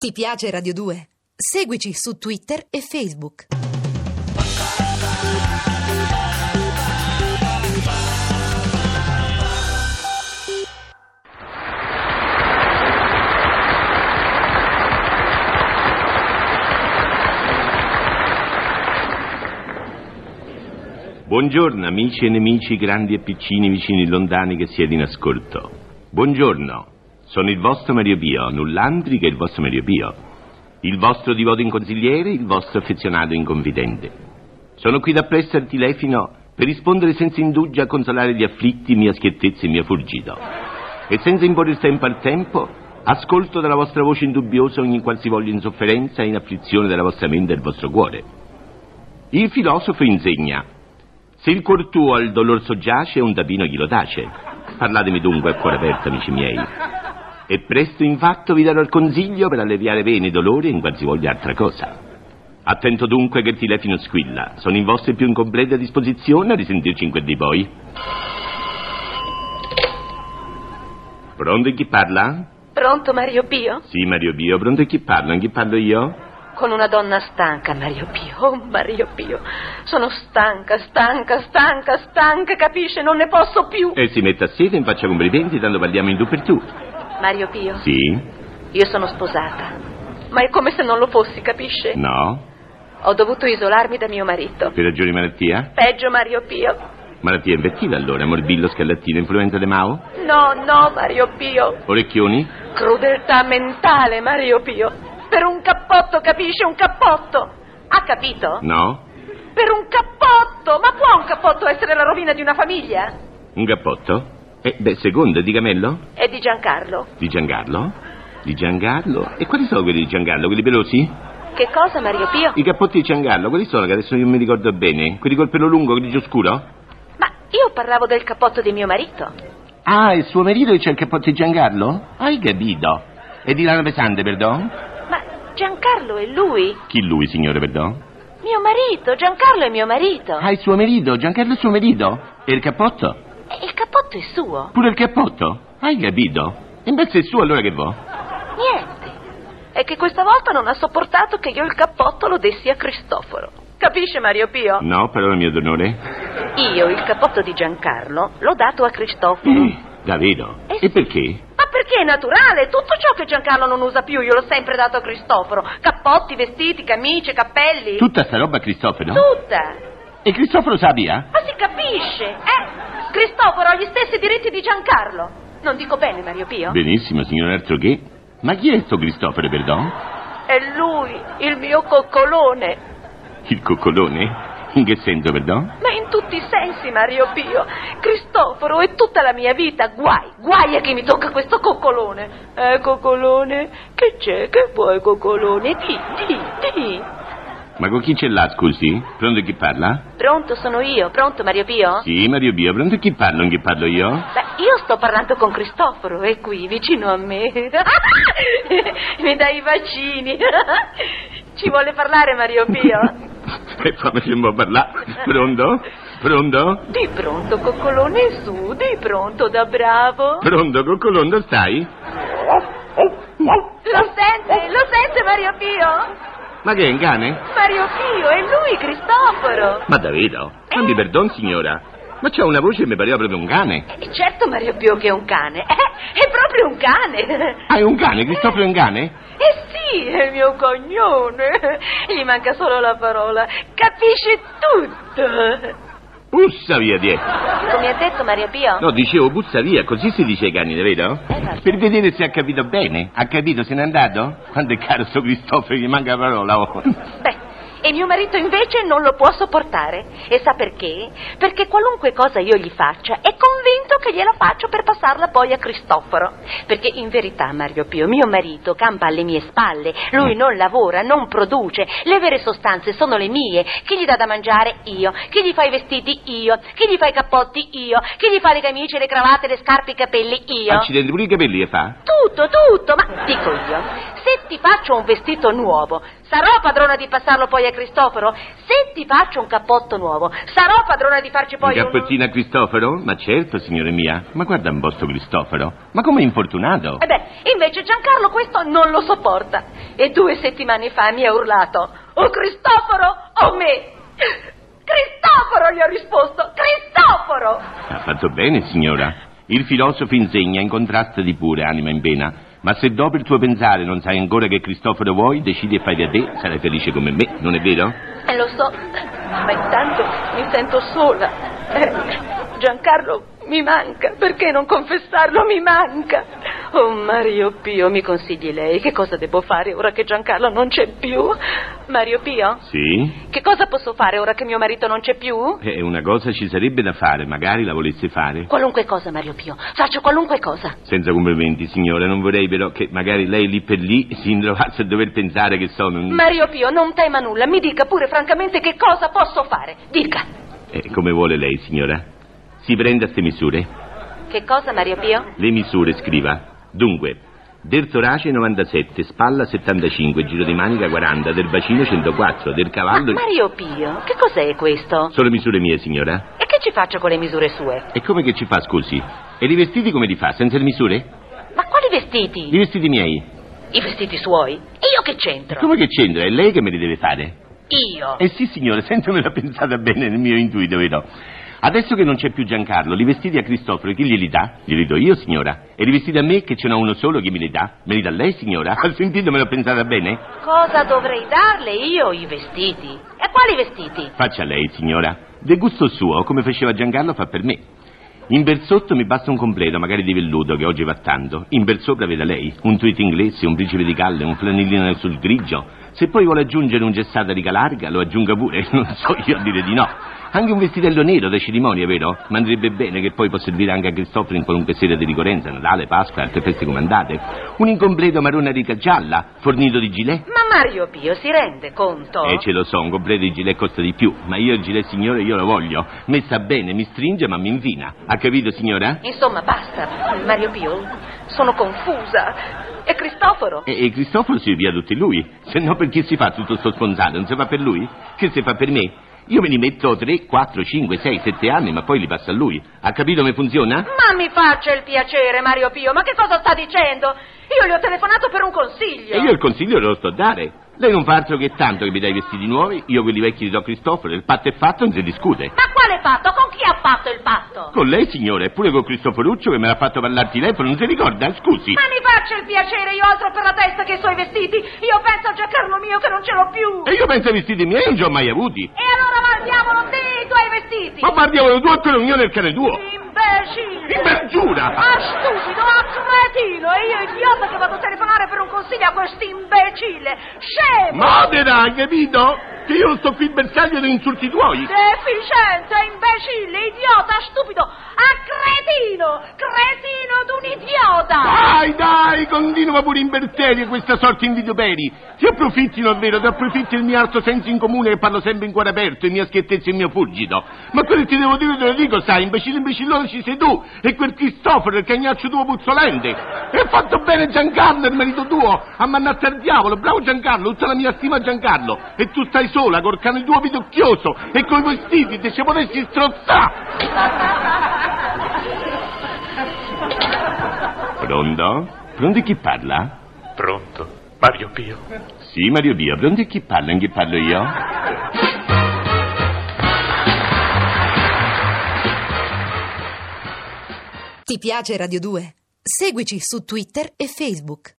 Ti piace Radio 2? Seguici su Twitter e Facebook. Buongiorno amici e nemici, grandi e piccini, vicini e lontani che siete in ascolto. Buongiorno, sono il vostro Mario Pio, null'altri che il vostro Mario Pio, il vostro divoto inconsigliere, il vostro affezionato inconfidente. Sono qui da presso al telefono per rispondere senza indugia a consolare gli afflitti, mia schiettezza e mio fuggito. E senza imporre il tempo al tempo, ascolto dalla vostra voce indubbiosa ogni qualsivoglia insofferenza e in afflizione della vostra mente e del vostro cuore. Il filosofo insegna: se il cuor tuo al dolor soggiace, un tapino glielo tace. Parlatemi dunque a cuore aperto, amici miei. E presto infatti vi darò il consiglio per alleviare pene e dolori e in qualsivoglia altra cosa. Attento dunque che il telefono squilla. Sono in vostra più incompleta disposizione a risentirci in quel di poi. Pronto, e chi parla? Pronto, Mario Pio? Sì, Mario Pio. Pronto, e chi parla? Chi parlo io? Con una donna stanca, Mario Pio. Oh, Mario Pio. Sono stanca, capisce? Non ne posso più. E si metta a sede e mi faccia complimenti, tanto parliamo in tu per tu. Mario Pio? Sì? Io sono sposata. Ma è come se non lo fossi, capisce? No. Ho dovuto isolarmi da mio marito. Per ragioni di malattia? Peggio, Mario Pio. Malattia invettiva allora? Morbillo, scarlattina, influenza de Mao? No, Mario Pio. Orecchioni? Crudeltà mentale, Mario Pio. Per un cappotto, capisce? Un cappotto. Ha capito? No. Per un cappotto. Ma può un cappotto essere la rovina di una famiglia? Un cappotto? Secondo, di Camello? È di Giancarlo. Di Giancarlo? Di Giancarlo? E quali sono quelli di Giancarlo? Quelli pelosi? Che cosa, Mario Pio? I cappotti di Giancarlo, quelli sono che adesso io non mi ricordo bene. Quelli col pelo lungo, grigio scuro? Ma io parlavo del cappotto di mio marito. Ah, il suo marito c'è il cappotto di Giancarlo? Hai capito. E di lana pesante, perdon? Ma Giancarlo è lui? Chi lui, signore, perdon? Mio marito, Giancarlo è mio marito. Ah, il suo marito, Giancarlo è il suo marito? E il cappotto? Il cappotto è suo. Pure il cappotto? Hai capito? E invece è suo, allora che vuoi? Niente. È che questa volta non ha sopportato che io il cappotto lo dessi a Cristoforo. Capisce, Mario Pio? No, parola mio d'onore. Io il cappotto di Giancarlo l'ho dato a Cristoforo. Davvero? E E perché? Ma perché è naturale, tutto ciò che Giancarlo non usa più io l'ho sempre dato a Cristoforo. Cappotti, vestiti, camicie, cappelli. Tutta sta roba a Cristoforo? Tutta. E Cristoforo sappia? Ma si capisce, Cristoforo ha gli stessi diritti di Giancarlo. Non dico bene, Mario Pio? Benissimo, signor altro che. Ma chi è sto Cristoforo, perdon? È lui, il mio coccolone. Il coccolone? In che senso, perdon? Ma in tutti i sensi, Mario Pio. Cristoforo è tutta la mia vita. Guai a chi mi tocca questo coccolone. Coccolone? Che c'è? Che vuoi, coccolone? Di. Ma con chi ce l'ha, scusi? Pronto, chi parla? Pronto, sono io. Pronto, Mario Pio? Sì, Mario Pio. Pronto, chi parla? Non chi parlo io? Beh, io sto parlando con Cristoforo, è qui, vicino a me. Mi dai i bacini. Ci vuole parlare, Mario Pio? E fammi un po' parlare. Pronto? Pronto? Di pronto, coccolone, su, di pronto, da bravo. Pronto, coccolone, dove stai? Lo sente, Mario Pio? Ma che è un cane? Mario Pio, è lui, Cristoforo. Ma davvero? Mi perdon, signora. Ma c'ha una voce che mi pareva proprio un cane. Certo, Mario Pio, che è un cane. È proprio un cane. Ah, è un cane? Cristoforo è un cane? Sì, è il mio cognome. Gli manca solo la parola. Capisce tutto. Puzza via di. Come ha detto Mario Pio? No, dicevo puzza via, così si dice ai cani, vero? Per vedere se ha capito bene. Ha capito, se n'è andato? Quando è caro sto Cristoforo, gli manca la parola. Oh. Beh, e mio marito invece non lo può sopportare. E sa perché? Perché qualunque cosa io gli faccia è convinto che gliela faccio per passarla poi a Cristoforo. Perché in verità, Mario Pio, mio marito campa alle mie spalle. Lui non lavora, non produce. Le vere sostanze sono le mie. Chi gli dà da mangiare? Io. Chi gli fa i vestiti? Io. Chi gli fa i cappotti? Io. Chi gli fa le camicie, le cravatte, le scarpe, i capelli? Io. Accidenti, pure i capelli li fa? Tutto. Ma dico io, se ti faccio un vestito nuovo, Sarò padrona di passarlo poi a Cristoforo? Se ti faccio un cappotto nuovo, sarò padrona di farci poi Un cappottino a Cristoforo? Ma certo, signore mia. Ma guarda un vostro Cristoforo. Ma come infortunato? Invece Giancarlo questo non lo sopporta. E 2 settimane fa mi ha urlato: o Cristoforo o me! Cristoforo, gli ho risposto, Cristoforo! Ha fatto bene, signora. Il filosofo insegna: incontrasta di pure, anima in pena. Ma se dopo il tuo pensare non sai ancora che Cristoforo vuoi, decidi e fai da te, sarai felice come me, non è vero? Lo so, ma intanto mi sento sola. Giancarlo mi manca, perché non confessarlo? Mi manca. Oh Mario Pio, mi consigli lei? Che cosa devo fare ora che Giancarlo non c'è più? Mario Pio? Sì? Che cosa posso fare ora che mio marito non c'è più? Una cosa ci sarebbe da fare, magari la volesse fare. Qualunque cosa, Mario Pio, faccio qualunque cosa. Senza complimenti, signora, non vorrei però che magari lei lì per lì si introvasse a dover pensare che sono un... Mario Pio, non tema nulla, mi dica pure francamente che cosa posso fare, dica. Come vuole lei, signora. Si prenda ste misure. Che cosa, Mario Pio? Le misure, scriva. Dunque, del torace 97, spalla 75, giro di manica 40, del bacino 104, del cavallo... Ma Mario Pio, che cos'è questo? Sono misure mie, signora. E che ci faccio con le misure sue? E come che ci fa, scusi? E i vestiti come li fa, senza le misure? Ma quali vestiti? I vestiti miei. I vestiti suoi? E io che c'entro? Come che c'entra? È lei che me li deve fare. Io? Sì, signore, sempre me l'ha pensata bene nel mio intuito, vero? Adesso che non c'è più Giancarlo, li vestiti a Cristoforo, chi glieli dà? Glieli do io, signora. E li vestiti a me, che ce n'ho uno solo, chi me li dà? Me li dà lei, signora? Ha sentito, me l'ho pensata bene? Cosa dovrei darle io i vestiti? E quali vestiti? Faccia lei, signora. De gusto suo, come faceva Giancarlo, fa per me. In bersotto mi basta un completo, magari di velluto, che oggi va tanto. In bersopra veda lei, un tweet inglese, un principe di Galles, un flanellino sul grigio. Se poi vuole aggiungere un gessato a riga larga, lo aggiunga pure, non so io a dire di no. Anche un vestitello nero da cerimonia, vero? Ma andrebbe bene che poi può servire anche a Cristoforo in qualunque sera di ricorrenza, Natale, Pasqua, altre feste comandate. Un incompleto marrone a riga gialla, fornito di gilet. Ma Mario Pio si rende conto? Ce lo so, un completo di gilet costa di più, ma io il gilet, signore, io lo voglio. Me sta bene, mi stringe, ma mi infina. Ha capito, signora? Insomma, basta. Mario Pio, sono confusa. E Cristoforo? E Cristoforo si via tutti lui. Se no, per chi si fa tutto sto sponsato? Non si fa per lui? Che si fa per me? Io me li metto 3, 4, 5, 6, 7 anni, ma poi li passa a lui. Ha capito come funziona? Ma mi faccia il piacere, Mario Pio, ma che cosa sta dicendo? Io gli ho telefonato per un consiglio. E io il consiglio lo sto a dare. Lei non fa altro che tanto che mi dà i vestiti nuovi, io quelli vecchi li do a Cristoforo, il patto è fatto, non si discute. Ma quale patto? Con chi ha fatto il patto? Con lei, signore, eppure con Cristoforuccio che me l'ha fatto parlare al telefono, non si ricorda? Scusi. Ma mi faccia il piacere, io altro per la testa che i suoi vestiti. Io penso a Giancarlo mio che non ce l'ho più. E io penso ai vestiti miei, non ci ho mai avuti. E allora guardiamolo te, i tuoi vestiti. Ma guardiamolo tu a quella unione del cane tuo. Imbecille! Giura! Ah, stupido, ah, cretino! E io idiota che vado a telefonare per un consiglio a quest'imbecille! Scemo! Modera, hai capito? Che io non sto qui in bersaglio di insulti tuoi! Deficiente, imbecille, idiota, stupido! Ah, cretino! Cretino d'un idiota! Dai, continua pure in berseria questa sorta in vituperi! Ti approfittino, è vero, ti approfitti il mio alto senso in comune che parlo sempre in cuore aperto, il mio schiettezza e il mio fulgido. Ma quello che ti devo dire te lo dico, sai, imbecillone ci sei tu, e quel Cristoforo, il cagnaccio tuo puzzolente. E ha fatto bene Giancarlo, il marito tuo, a mannarti al diavolo, bravo Giancarlo, tutta la mia stima a Giancarlo. E tu stai sola, col cane tuo pidocchioso, e coi vestiti, te ci potessi strozzare. Pronto? Pronto chi parla? Pronto, Mario Pio. Sì, Mario Pio, pronto chi parla? In chi parlo io? Ti piace Radio 2? Seguici su Twitter e Facebook.